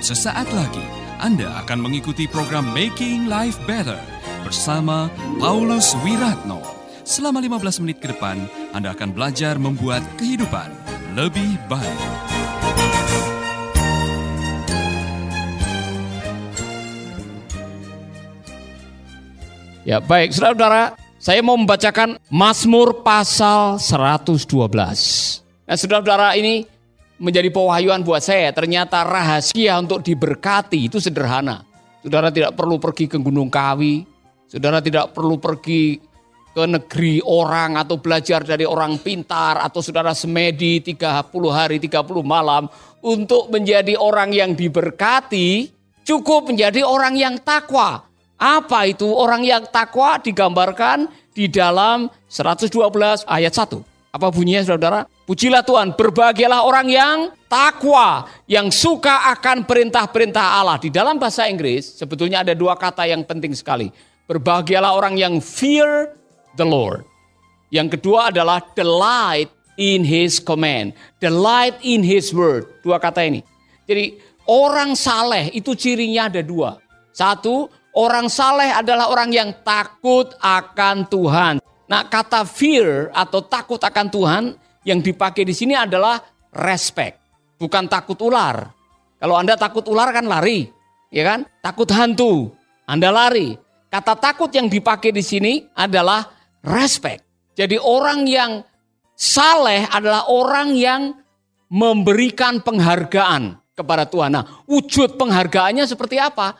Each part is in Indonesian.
Sesaat lagi Anda akan mengikuti program Making Life Better bersama Paulus Wiratno. Selama 15 menit ke depan, Anda akan belajar membuat kehidupan lebih baik. Ya, baik, saudara-saudara, saya mau membacakan Mazmur pasal 112. Nah, saudara-saudara, ini menjadi pewahyuan buat saya. Ternyata rahasia untuk diberkati itu sederhana. Saudara tidak perlu pergi ke Gunung Kawi, saudara tidak perlu pergi ke negeri orang atau belajar dari orang pintar, atau saudara semedi 30 hari 30 malam untuk menjadi orang yang diberkati. Cukup menjadi orang yang takwa. Apa itu orang yang takwa? Digambarkan di dalam 112 ayat 1. Apa bunyinya, saudara? Pujilah Tuhan, berbahagialah orang yang takwa, yang suka akan perintah-perintah Allah. Di dalam bahasa Inggris sebetulnya ada dua kata yang penting sekali. Berbahagialah orang yang fear the Lord. Yang kedua adalah delight in His command. Delight in His word. Dua kata ini. Jadi orang saleh itu cirinya ada dua. Satu, orang saleh adalah orang yang takut akan Tuhan. Nah, kata fear atau takut akan Tuhan yang dipakai di sini adalah respect, bukan takut ular. Kalau Anda takut ular kan lari, ya kan? Takut hantu, Anda lari. Kata takut yang dipakai di sini adalah respect. Jadi orang yang saleh adalah orang yang memberikan penghargaan kepada Tuhan. Nah, wujud penghargaannya seperti apa?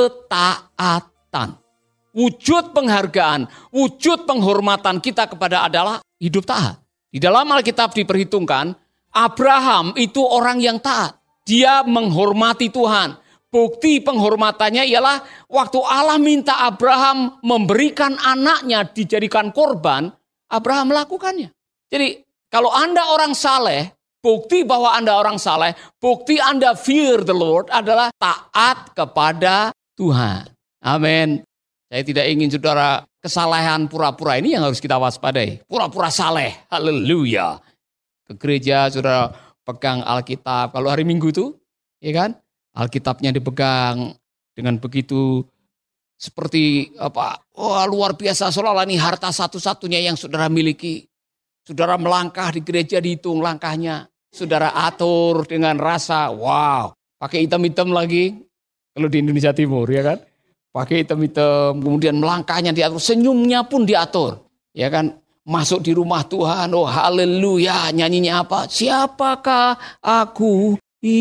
Ketaatan. Wujud penghargaan, wujud penghormatan kita kepada adalah hidup taat. Di dalam Alkitab diperhitungkan, Abraham itu orang yang taat. Dia menghormati Tuhan. Bukti penghormatannya ialah waktu Allah minta Abraham memberikan anaknya dijadikan korban, Abraham melakukannya. Jadi kalau Anda orang saleh, bukti bahwa Anda orang saleh, bukti Anda fear the Lord adalah taat kepada Tuhan. Amin. Saya tidak ingin saudara kesalehan pura-pura ini yang harus kita waspadai. Pura-pura saleh, haleluya. Ke gereja saudara pegang Alkitab. Kalau hari Minggu itu, ya kan, Alkitabnya dipegang dengan begitu seperti apa? Wah, luar biasa, seolah-olah ini harta satu-satunya yang saudara miliki. Saudara melangkah di gereja dihitung langkahnya. Saudara atur dengan rasa, wow, pakai hitam-hitam lagi. Kalau di Indonesia Timur, ya kan? Pakai hitam-hitam, kemudian melangkahnya diatur, senyumnya pun diatur. Ya kan, masuk di rumah Tuhan, oh haleluya, nyanyinya apa? Siapakah aku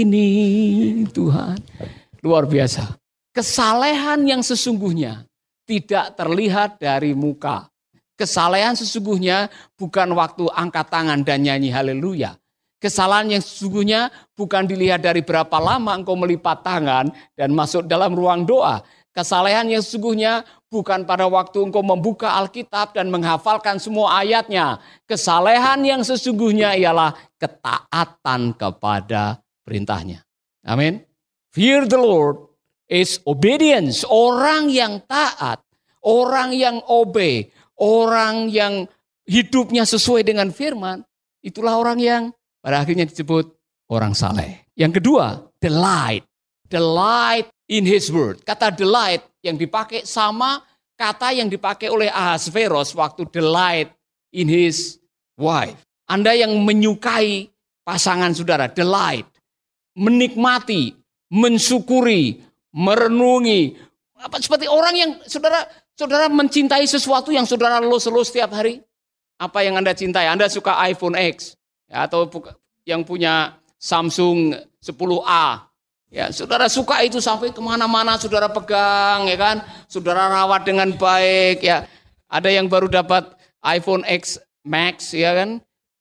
ini Tuhan? Luar biasa. Kesalehan yang sesungguhnya tidak terlihat dari muka. Kesalehan sesungguhnya bukan waktu angkat tangan dan nyanyi haleluya. Kesalahan yang sesungguhnya bukan dilihat dari berapa lama engkau melipat tangan dan masuk dalam ruang doa. Kesalehan yang sesungguhnya bukan pada waktu engkau membuka Alkitab dan menghafalkan semua ayatnya. Kesalehan yang sesungguhnya ialah ketaatan kepada perintahnya. Amin. Fear the Lord is obedience. Orang yang taat, orang yang obey, orang yang hidupnya sesuai dengan firman, itulah orang yang pada akhirnya disebut orang saleh. Yang kedua, delight. Delight in His word. Kata delight yang dipakai sama kata yang dipakai oleh Ahasveros waktu delight in his wife. Anda yang menyukai pasangan saudara, delight. Menikmati, mensyukuri, merenungi. Seperti orang yang saudara mencintai sesuatu yang saudara elus-elus setiap hari. Apa yang Anda cintai? Anda suka iPhone X ya, atau yang punya Samsung 10A. Ya, saudara suka itu sampai kemana-mana saudara pegang, ya kan? Saudara rawat dengan baik, ya. Ada yang baru dapat iPhone X Max, ya kan?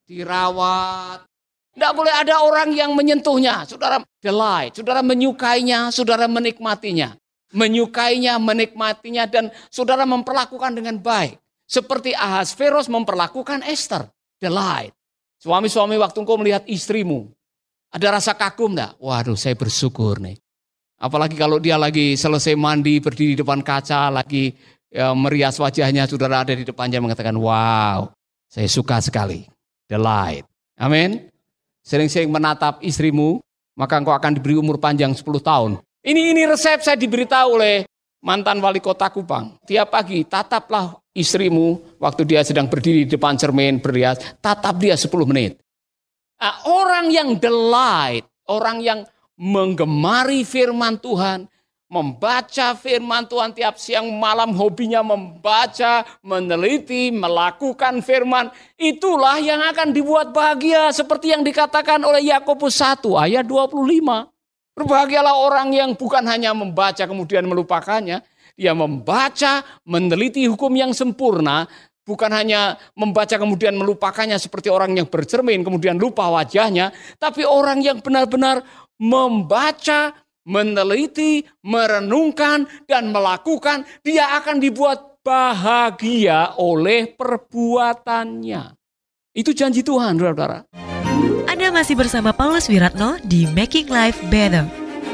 Dirawat. Tidak boleh ada orang yang menyentuhnya. Saudara delight, saudara menyukainya, saudara menikmatinya. Menyukainya, menikmatinya, dan saudara memperlakukan dengan baik. Seperti Ahasveros memperlakukan Esther, delight. Suami-suami waktu engkau melihat istrimu, ada rasa kagum enggak? Waduh, saya bersyukur nih. Apalagi kalau dia lagi selesai mandi, berdiri di depan kaca, lagi merias wajahnya, saudara ada di depannya mengatakan, wow, saya suka sekali. Delight. Amin. Sering-sering menatap istrimu, maka engkau akan diberi umur panjang 10 tahun. Ini resep saya diberitahu oleh mantan wali kota Kupang. Tiap pagi, tataplah istrimu waktu dia sedang berdiri di depan cermin berhias, tatap dia 10 menit. Nah, orang yang delight, orang yang menggemari firman Tuhan, membaca firman Tuhan tiap siang malam, hobinya membaca, meneliti, melakukan firman, itulah yang akan dibuat bahagia seperti yang dikatakan oleh Yakobus 1 ayat 25. Berbahagialah orang yang bukan hanya membaca kemudian melupakannya, dia membaca, meneliti hukum yang sempurna, bukan hanya membaca kemudian melupakannya seperti orang yang bercermin kemudian lupa wajahnya, tapi orang yang benar-benar membaca, meneliti, merenungkan, dan melakukan, dia akan dibuat bahagia oleh perbuatannya. Itu janji Tuhan, saudara-saudara. Anda masih bersama Paulus Wiratno di Making Life Better.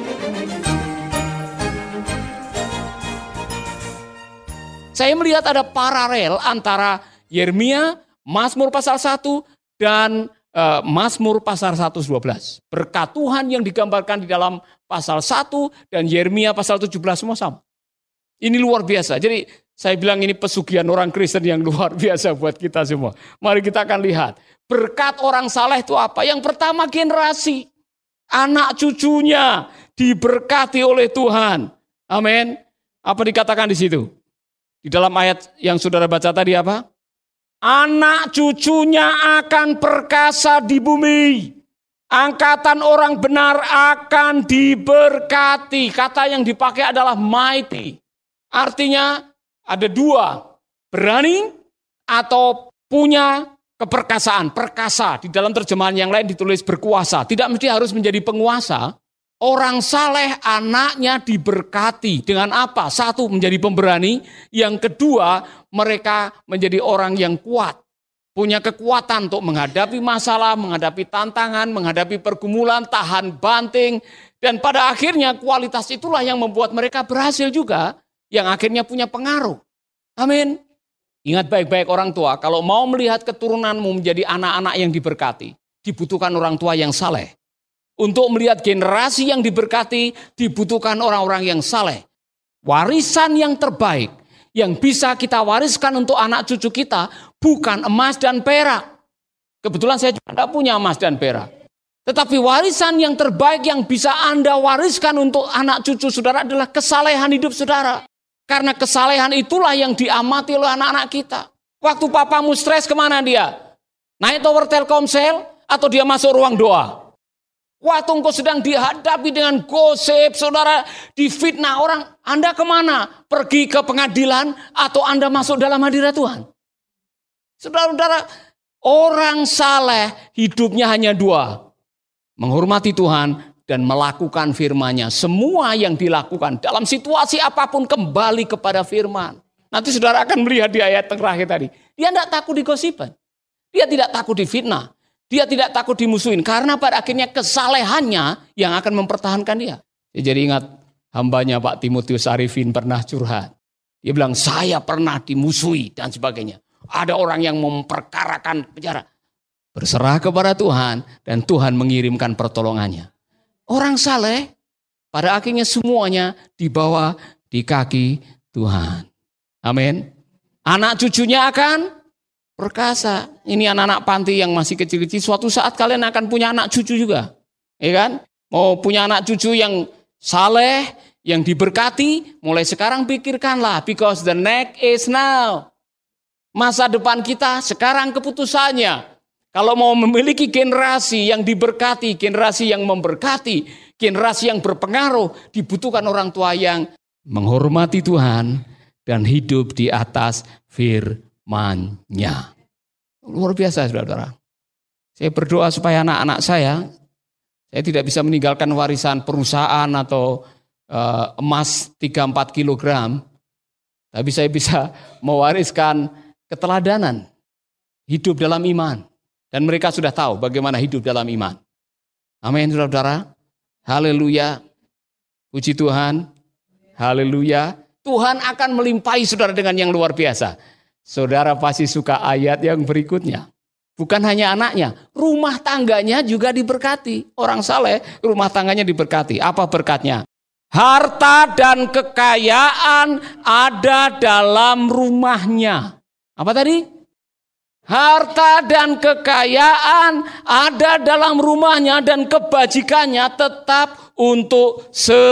Saya melihat ada paralel antara Yeremia, Mazmur pasal 1, dan Mazmur pasal 112. Berkat Tuhan yang digambarkan di dalam pasal 1 dan Yeremia pasal 17 semua sama. Ini luar biasa. Jadi saya bilang ini pesugihan orang Kristen yang luar biasa buat kita semua. Mari kita akan lihat. Berkat orang saleh itu apa? Yang pertama generasi. Anak cucunya diberkati oleh Tuhan. Amin. Apa dikatakan di situ? Di dalam ayat yang saudara baca tadi apa? Anak cucunya akan perkasa di bumi. Angkatan orang benar akan diberkati. Kata yang dipakai adalah mighty. Artinya ada dua. Berani atau punya keperkasaan. Perkasa. Di dalam terjemahan yang lain ditulis berkuasa. Tidak mesti harus menjadi penguasa. Orang saleh anaknya diberkati. Dengan apa? Satu, menjadi pemberani. Yang kedua, mereka menjadi orang yang kuat. Punya kekuatan untuk menghadapi masalah, menghadapi tantangan, menghadapi pergumulan, tahan banting. Dan pada akhirnya kualitas itulah yang membuat mereka berhasil juga. Yang akhirnya punya pengaruh. Amin. Ingat baik-baik orang tua, kalau mau melihat keturunanmu menjadi anak-anak yang diberkati, dibutuhkan orang tua yang saleh. Untuk melihat generasi yang diberkati, dibutuhkan orang-orang yang saleh. Warisan yang terbaik, yang bisa kita wariskan untuk anak cucu kita, bukan emas dan perak. Kebetulan saya juga tidak punya emas dan perak. Tetapi warisan yang terbaik yang bisa Anda wariskan untuk anak cucu saudara adalah kesalehan hidup saudara. Karena kesalehan itulah yang diamati oleh anak-anak kita. Waktu papamu stres, kemana dia? Naik tower Telkomsel atau dia masuk ruang doa? Waktu engkau sedang dihadapi dengan gosip, saudara difitnah orang, Anda kemana? Pergi ke pengadilan atau Anda masuk dalam hadirat Tuhan? Saudara-saudara, orang saleh hidupnya hanya dua. Menghormati Tuhan dan melakukan firman-Nya. Semua yang dilakukan dalam situasi apapun kembali kepada firman. Nanti saudara akan melihat di ayat terakhir tadi. Dia tidak takut digosipkan. Dia tidak takut difitnah. Dia tidak takut dimusuhin. Karena pada akhirnya kesalehannya yang akan mempertahankan dia. Jadi ingat hambanya Pak Timotius Arifin pernah curhat. Dia bilang saya pernah dimusuhi dan sebagainya. Ada orang yang memperkarakan penjara. Berserah kepada Tuhan dan Tuhan mengirimkan pertolongannya. Orang saleh pada akhirnya semuanya dibawa di kaki Tuhan. Amin. Anak cucunya akan perkasa. Ini anak-anak panti yang masih kecil-kecil. Suatu saat kalian akan punya anak cucu juga. Ya kan? Mau punya anak cucu yang saleh, yang diberkati. Mulai sekarang pikirkanlah. Because the next is now. Masa depan kita sekarang keputusannya. Kalau mau memiliki generasi yang diberkati, generasi yang memberkati, generasi yang berpengaruh, dibutuhkan orang tua yang menghormati Tuhan dan hidup di atas firman-Nya. Luar biasa, saudara-saudara. Saya berdoa supaya anak-anak saya tidak bisa meninggalkan warisan perusahaan atau emas 3-4 kilogram, tapi saya bisa mewariskan keteladanan, hidup dalam iman. Dan mereka sudah tahu bagaimana hidup dalam iman. Amin, saudara-saudara. Haleluya. Puji Tuhan. Haleluya. Tuhan akan melimpahi saudara dengan yang luar biasa. Saudara pasti suka ayat yang berikutnya. Bukan hanya anaknya, rumah tangganya juga diberkati. Orang saleh, rumah tangganya diberkati. Apa berkatnya? Harta dan kekayaan ada dalam rumahnya. Apa tadi? Harta dan kekayaan ada dalam rumahnya dan kebajikannya tetap untuk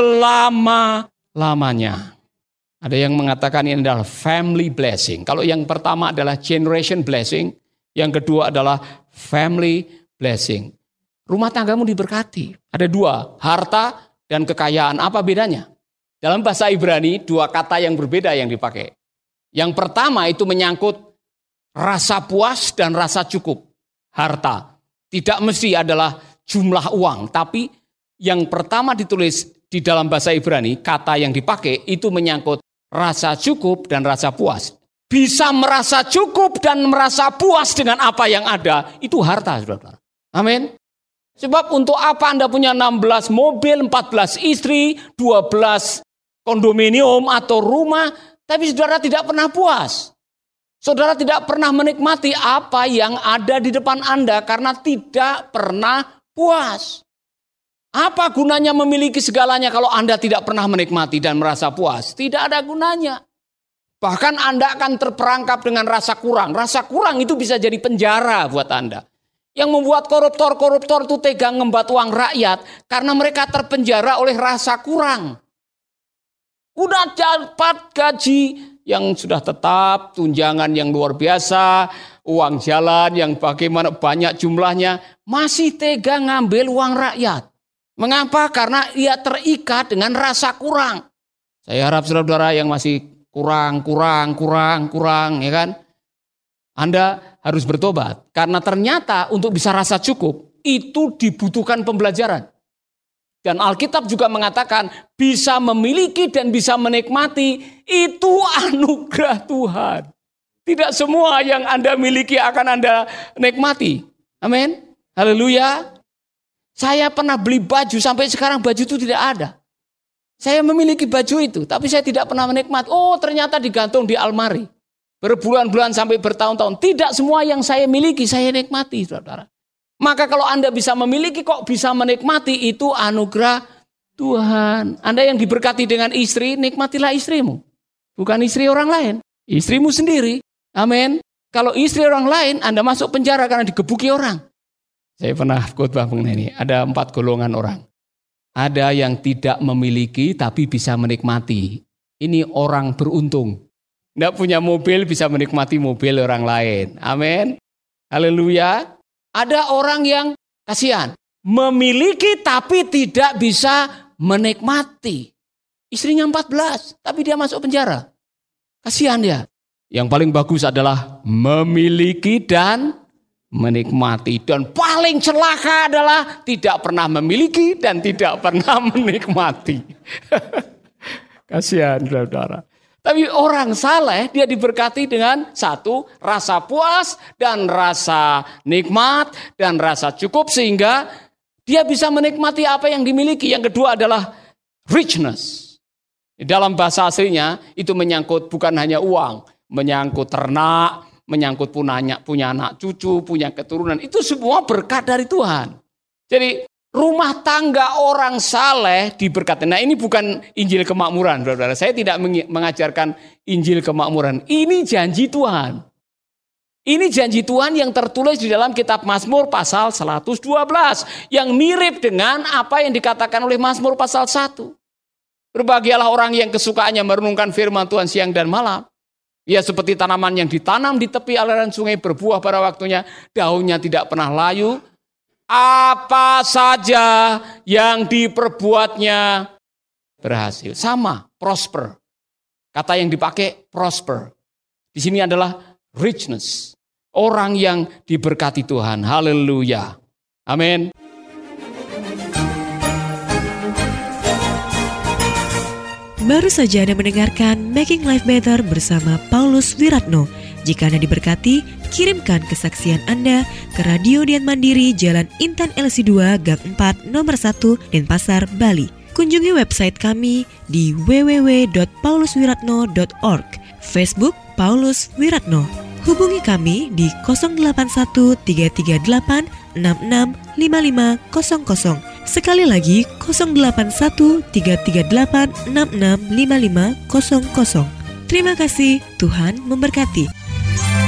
selama-lamanya. Ada yang mengatakan ini adalah family blessing. Kalau yang pertama adalah generation blessing. Yang kedua adalah family blessing. Rumah tanggamu diberkati. Ada dua, harta dan kekayaan. Apa bedanya? Dalam bahasa Ibrani, dua kata yang berbeda yang dipakai. Yang pertama itu menyangkut rasa puas dan rasa cukup. Harta. Tidak mesti adalah jumlah uang. Tapi yang pertama ditulis di dalam bahasa Ibrani, kata yang dipakai itu menyangkut rasa cukup dan rasa puas. Bisa merasa cukup dan merasa puas dengan apa yang ada, itu harta, saudara. Amin. Sebab untuk apa Anda punya 16 mobil, 14 istri, 12 kondominium atau rumah, tapi saudara tidak pernah puas. Saudara tidak pernah menikmati apa yang ada di depan Anda karena tidak pernah puas. Apa gunanya memiliki segalanya kalau Anda tidak pernah menikmati dan merasa puas? Tidak ada gunanya. Bahkan Anda akan terperangkap dengan rasa kurang. Rasa kurang itu bisa jadi penjara buat Anda. Yang membuat koruptor-koruptor itu tega ngembat uang rakyat karena mereka terpenjara oleh rasa kurang. Udah dapat gaji yang sudah tetap, tunjangan yang luar biasa, uang jalan yang bagaimana banyak jumlahnya, masih tega ngambil uang rakyat. Mengapa? Karena ia terikat dengan rasa kurang. Saya harap saudara-saudara yang masih kurang, ya kan? Anda harus bertobat. Karena ternyata untuk bisa rasa cukup, itu dibutuhkan pembelajaran. Dan Alkitab juga mengatakan, bisa memiliki dan bisa menikmati, itu anugerah Tuhan. Tidak semua yang Anda miliki akan Anda nikmati. Amin. Haleluya. Saya pernah beli baju, sampai sekarang baju itu tidak ada. Saya memiliki baju itu, tapi saya tidak pernah menikmati. Oh, ternyata digantung di almari. Berbulan-bulan sampai bertahun-tahun. Tidak semua yang saya miliki, saya nikmati, saudara. Maka kalau Anda bisa memiliki, kok bisa menikmati, itu anugerah Tuhan. Anda yang diberkati dengan istri, nikmatilah istrimu. Bukan istri orang lain. Istrimu sendiri. Amin. Kalau istri orang lain, Anda masuk penjara karena digebuki orang. Saya pernah khotbah mengenai ini. Ada 4 golongan orang. Ada yang tidak memiliki tapi bisa menikmati. Ini orang beruntung. Tidak punya mobil bisa menikmati mobil orang lain. Amin. Haleluya. Ada orang yang kasihan. Memiliki tapi tidak bisa menikmati. Istrinya 14 tapi dia masuk penjara. Kasihan dia. Yang paling bagus adalah memiliki dan menikmati. Dan paling celaka adalah tidak pernah memiliki dan tidak pernah menikmati. Kasihan saudara. Tapi orang saleh dia diberkati dengan satu, rasa puas dan rasa nikmat dan rasa cukup sehingga dia bisa menikmati apa yang dimiliki. Yang kedua adalah richness. Dalam bahasa aslinya itu menyangkut bukan hanya uang, menyangkut ternak, menyangkut punya anak cucu, punya keturunan. Itu semua berkat dari Tuhan. Jadi rumah tangga orang saleh diberkati. Nah, ini bukan Injil kemakmuran, saudara. Saya tidak mengajarkan Injil kemakmuran. Ini janji Tuhan. Ini janji Tuhan yang tertulis di dalam kitab Mazmur pasal 112. Yang mirip dengan apa yang dikatakan oleh Mazmur pasal 1. Berbahagialah orang yang kesukaannya merenungkan firman Tuhan siang dan malam. Ia seperti tanaman yang ditanam di tepi aliran sungai, berbuah pada waktunya, daunnya tidak pernah layu. Apa saja yang diperbuatnya berhasil. Sama, prosper. Kata yang dipakai prosper. Di sini adalah richness. Orang yang diberkati Tuhan. Haleluya. Amin. Baru saja Anda mendengarkan Making Life Better bersama Paulus Wiratno. Jika Anda diberkati, kirimkan kesaksian Anda ke Radio Dian Mandiri, Jalan Intan LC 2, Gang 4, Nomor 1, Denpasar, Bali. Kunjungi website kami di www.pauluswiratno.org, Facebook Paulus Wiratno, Hubungi kami di 081338665500. Sekali lagi 081338665500. Terima kasih, Tuhan memberkati.